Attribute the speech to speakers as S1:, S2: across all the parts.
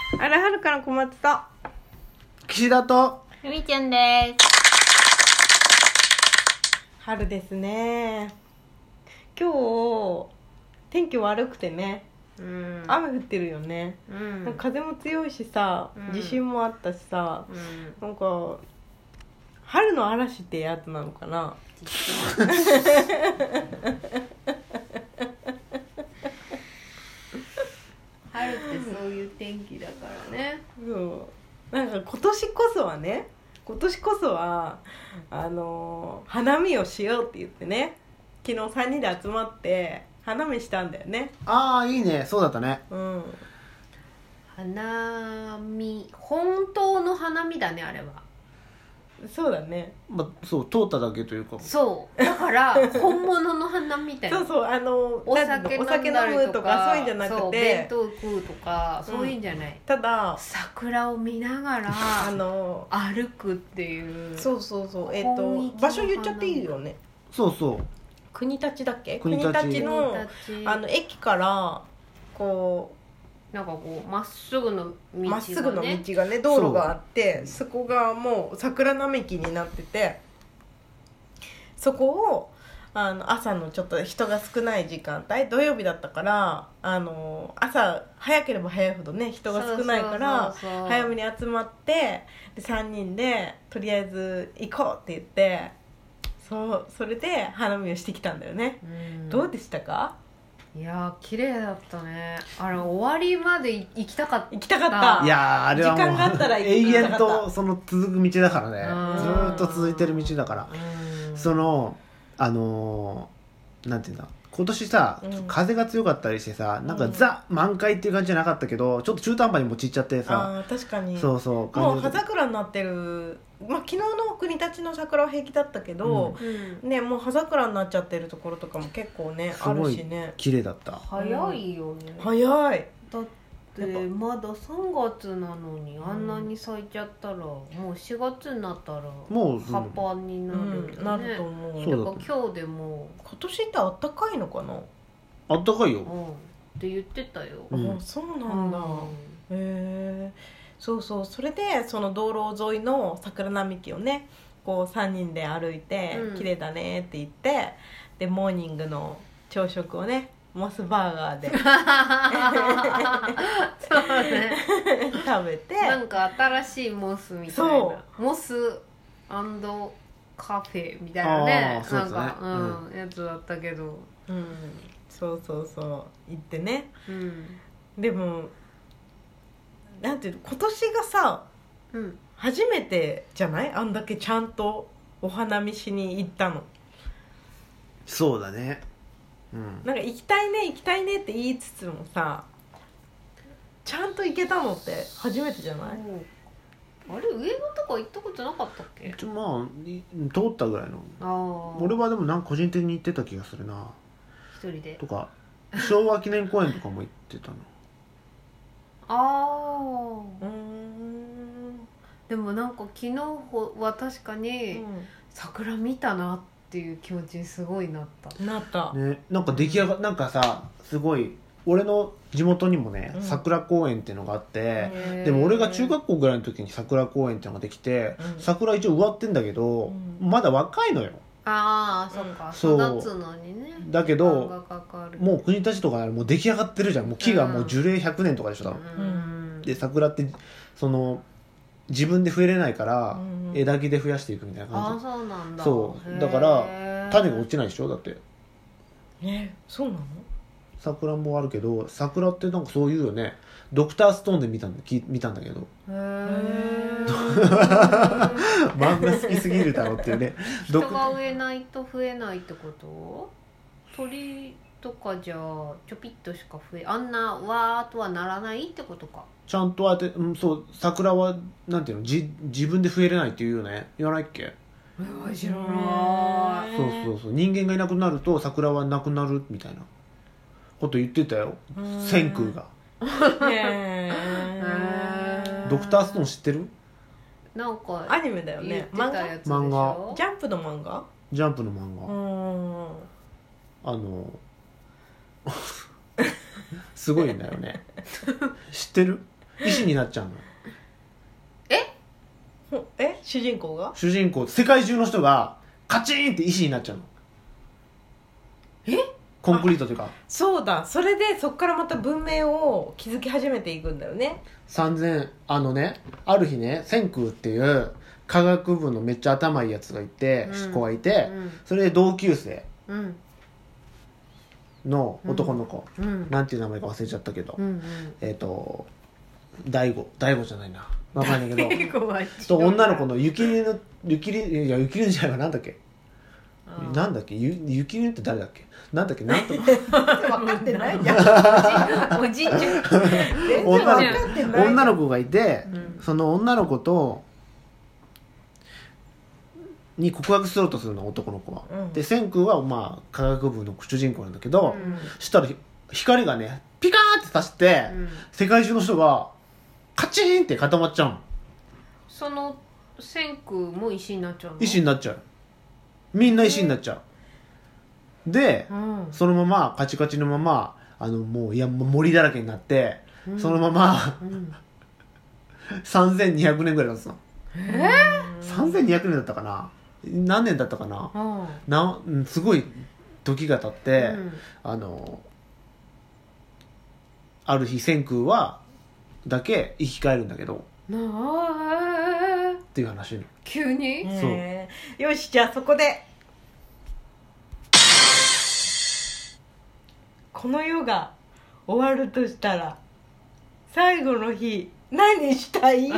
S1: あらはるかの小松と
S2: 岸田と
S3: ふみちゃんです。
S1: 春ですね。今日天気悪くてね、雨降ってるよね、なんか風も強いしさ、地震もあったしさ、なんか春の嵐ってやつなのかな
S3: 春ってそういう天気だからね。
S1: そうなんか今年こそは花見をしようって言ってね、昨日3人で集まって花見したんだよね。
S2: ああいいね、そうだったね。
S3: 花見、本当の花見だね、あれは。
S1: そうだね。
S2: そう通っただけというか、
S3: そうだから本物の花見たいな。
S1: そう
S3: お酒飲む
S1: とかそういうんじゃなくて、
S3: そう弁当食うとか、そういうんじゃない。
S1: ただ
S3: 桜を見ながら歩くっていう。
S1: そう場所言っちゃっていいよね。
S2: そう
S1: 国立だっけ、
S2: 国立
S1: の駅からこう
S3: なんかこうまっすぐの道
S1: がね、道路があって、そこがもう桜並木になってて、そこを朝のちょっと人が少ない時間帯、土曜日だったから朝早ければ早いほどね人が少ないから、早めに集まってで3人でとりあえず行こうって言って、それで花見をしてきたんだよね。どうでしたか？
S3: いやー綺麗だったね。終わりまで行きたかった。
S2: いやーあれはもう
S1: 時間があったら
S2: 永遠とその続く道だからね。ずーっと続いてる道だから、なんていうんだ、今年さ、風が強かったりしてさ、なんかザ満開っていう感じじゃなかったけど、ちょっと中途半端にもちっちゃってさ。
S1: 確かに
S2: そう
S1: もう葉桜になってる。昨日の国立の桜は平気だったけど、ね、もう葉桜になっちゃってるところとかも結構ねあるしね。
S2: 綺麗だった。
S3: 早いよね。
S1: 早い。
S3: だってまだ3月なのにあんなに咲いちゃったら、もう4月になったら
S2: もう
S3: 葉っぱになるよね。
S1: なると思う。
S3: だから今日でも
S1: 今年ってあったかいのかな。
S2: あったかいよ、
S3: って言ってたよ。
S1: そうなんだ。へえ。それでその道路沿いの桜並木をねこう3人で歩いて、綺麗だねって言って、でモーニングの朝食をねモスバーガーで
S3: そうね
S1: 食べて、
S3: なんか新しいモスみたいな、モスカフェみたいなね、なんかやつだったけど、
S1: そう行ってね、でもなんていうの、今年がさ、初めてじゃない？あんだけちゃんとお花見しに行ったの。
S2: そうだね。
S1: なんか行きたいねって言いつつもさ、ちゃんと行けたのって初めてじゃない？
S3: あれ上野とか行ったことなかったっけ？
S2: まあ通ったぐらいの。俺はでもなんか個人的に行ってた気がするな。
S3: 一人で
S2: とか昭和記念公園とかも行ってたの。
S3: でもなんか昨日は確かに桜見たなっていう気持ちにすごいなった
S2: ね。なんか出来上がなんかさ、すごい俺の地元にもね、桜公園っていうのがあって、でも俺が中学校ぐらいの時に桜公園っていうのができて、桜一応植わってんだけど、まだ若いのよ。
S3: そっか、育つのにね。
S2: だけどもう国立とかもう出来上がってるじゃん。もう木がもう樹齢100年とかでしょ多分。で桜ってその自分で増えれないから、枝木で増やしていくみたいな感じ。
S3: そうなんだ。
S2: そうだから種が落ちないでしょだって。
S1: そうなの？
S2: 桜もあるけど、桜ってなんかそういうよね。ドクターストーンで見たんだけど。漫画好きすぎるだろっていうね。
S3: 人が植えないと増えないってこと？鳥とかじゃちょぴっとしかあんなわーとはならないってことか。
S2: ちゃんとそう桜はなんていうの、自分で増えれないっていうよね。言わないっけ？
S3: 知らない。
S2: そう人間がいなくなると桜はなくなるみたいなこと言ってたよ、千空が。ドクターストーン知ってる？
S3: なんか
S1: アニメだよね。
S2: 漫画。
S1: ジャンプの漫画？
S2: ジャンプの漫画。すごいんだよね。知ってる？ 石になっちゃうの。
S1: 主人公が
S2: 主人公世界中の人がカチーンって石になっちゃうの。コンクリートというか
S1: そうだ、それでそっからまた文明を築き始めていくんだよね。
S2: 3000ある日ね、千空っていう科学部のめっちゃ頭いいやつがいて、子がいて、それで同級生の男の子、なんていう名前か忘れちゃったけど、大悟じゃないな、わかんないけどと女の子の雪犬じゃないわ、なんだっけ雪犬って誰だっけ、なんだっけ、なんとか
S1: 分かってないじゃん
S3: おじいちゃん
S2: 女の子がいて、その女の子に告白するとするの、男の子は、で千空はまあ科学部の主人公なんだけど、したら光がねピカーってさして、世界中の人がカチーンって固まっちゃうの。
S3: その千空も石になっちゃうの？
S2: 石になっちゃう、みんな石になっちゃう。で、そのままカチカチのままもう森だらけになって、そのまま、3200年ぐらい経つの。3200年だったかな、何年だったかな、すごい時が経って、ある日千空はだけ生き返るんだけどっていう話。
S3: 急に？
S1: そうよし、じゃあそこでこの世が終わるとしたら最後の日何したい？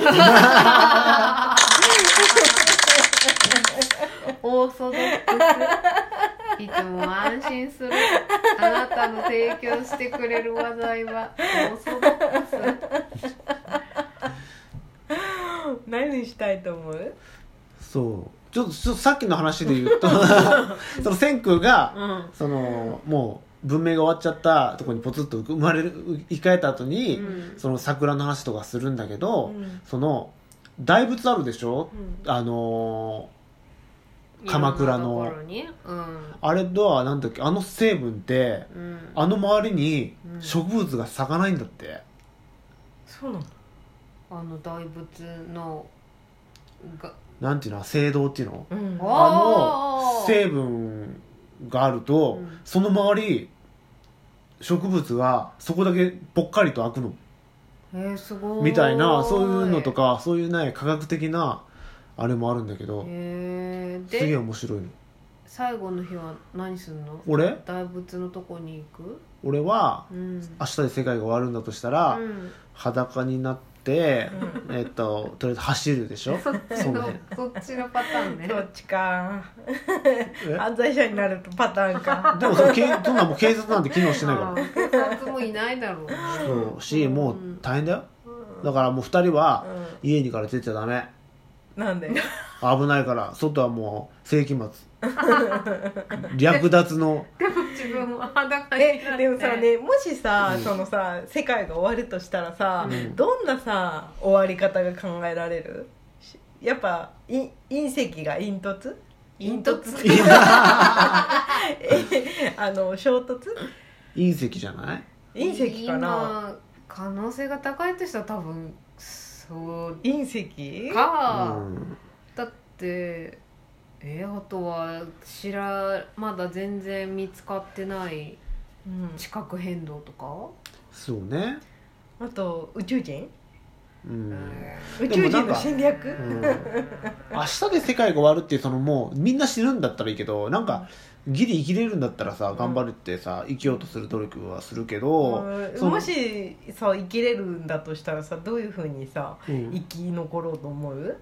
S3: オーソドックス、いつも安心するあなたの提供してくれる話題はオーソドックス。
S1: 何したいと思う？
S2: そうちょっとさっきの話で言うとその千空が、そのもう文明が終わっちゃったところにポツッと生き返った後に、その桜の話とかするんだけど、その大仏あるでしょ、鎌倉の、あれとはなんだっけ、成分って、周りに植物が咲かないんだって。
S1: そうなの？
S3: 大仏の
S2: なんていうの、聖堂っていうの、成分があると、その周り植物がそこだけぽっかりと開くの、
S3: すごい
S2: みたいな、そういうのとか、そういうね科学的なあれもあるんだけど、すげえ面白いの。
S3: 最後の日は何するの？
S2: 俺
S3: 大仏のとこに行く？
S2: 俺は、明日で世界が終わるんだとしたら、裸になって、とりあえず走るでしょ。
S3: そっちのパターンね。
S1: そっちか犯罪者になるとパターンか。
S2: でもそんなもう警察なんて機能してないから。
S3: 警察もいないだろうね。
S2: そうし、もう大変だよ。だからもう2人は家にから出ちゃダメ。
S1: なんで？
S2: 危ないから。外はもう世紀末略奪の。
S3: でも自分も裸になって。
S1: でもさね、もしさ、そのさ世界が終わるとしたらさ、どんなさ終わり方が考えられる？やっぱ隕石が衝突
S2: 隕石じゃない？
S1: 隕石かな。
S3: 可能性が高いとしたら多分そう
S1: 隕石
S3: か、だってあとはまだ全然見つかってない地殻変動とか、
S2: そうね、
S1: あと宇宙人、
S2: 宇
S1: 宙人の侵略、
S2: 明日で世界が終わるっていう、そのもうみんな死ぬんだったらいいけど、なんかギリ生きれるんだったらさ、頑張るってさ、生きようとする努力はするけど、
S1: もしさ生きれるんだとしたらさ、どういうふうにさ、生き残ろうと思う？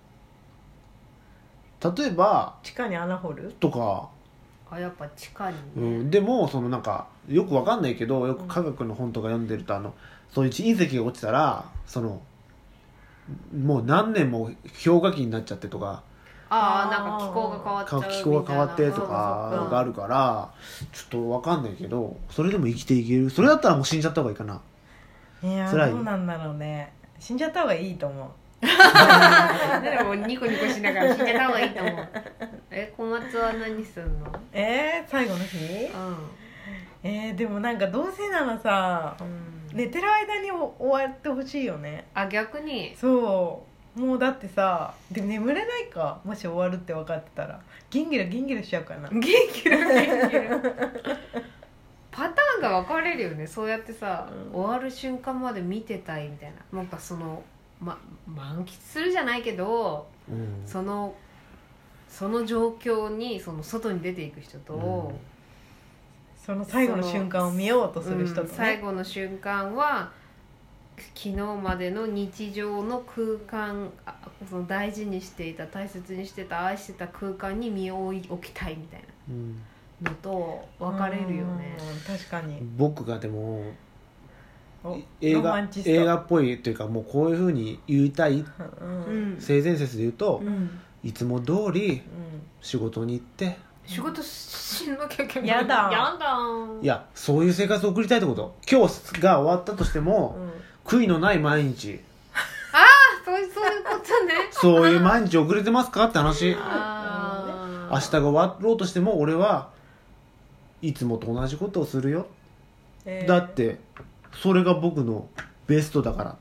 S2: 例えば
S1: 地下に穴掘る
S2: とか。
S3: やっぱ地下にね、
S2: でもそのなんかよくわかんないけど、よく科学の本とか読んでると、そういう隕石が落ちたら、そのもう何年も氷河期になっちゃってとか、
S3: なんか気候が変わっちゃうみたいな、
S2: 気候が変わってとかがあるから、ちょっとわかんないけど、それでも生きていける。それだったらもう死んじゃった方がいいかな。
S1: いやー、どうなんだろうね。死んじゃった方がいいと思う。
S3: だからもうニコニコしながら死んじゃった方がいいと思う。小松は何するの？
S1: 最後の日？でもなんかどうせならさ、 寝てる間に終わってほしいよね。
S3: あ、逆に
S1: そうもうだってさ、でも眠れないか、もし終わるって分かってたらギンギラギンギラしちゃうかな。
S3: 元気だ元気だパターンが分かれるよね。そうやってさ、終わる瞬間まで見てたいみたいな、なんかその、満喫するじゃないけど、その状況にその外に出ていく人と、
S1: その最後の瞬間を見ようとする人とね、
S3: 最後の瞬間は昨日までの日常の空間、その大事にしていた、大切にしてた、愛してた空間に身を置きたいみたいなのと分かれるよね。
S1: 確かに。
S2: 僕がでも映
S1: ロマ
S2: 画
S1: ンチスト
S2: っぽいというか、もうこういう風に言いたい、性善説で言うと、いつも通り仕事に行って
S3: 仕事しなきゃいけない。
S1: やだ
S3: やだ。
S2: いや、そういう生活を送りたいってこと。今日が終わったとしても、悔いのない毎日、
S3: そういうことね。
S2: そういう毎日送れてますかって話。
S3: あ
S2: 明日が終わろうとしても俺はいつもと同じことをするよ、だってそれが僕のベストだからって。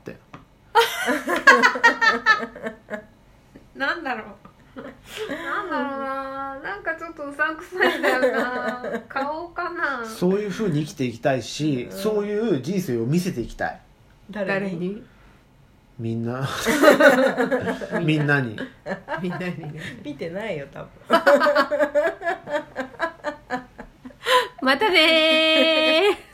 S3: なんだろうな、なんかちょっとうさんくさいんだよな。顔かな。
S2: そういう風に生きていきたいし、そういう人生を見せていきたい。
S3: 誰に？
S2: みんなみんなに
S3: みんなにね。
S1: 見てないよ多分。
S3: またねー。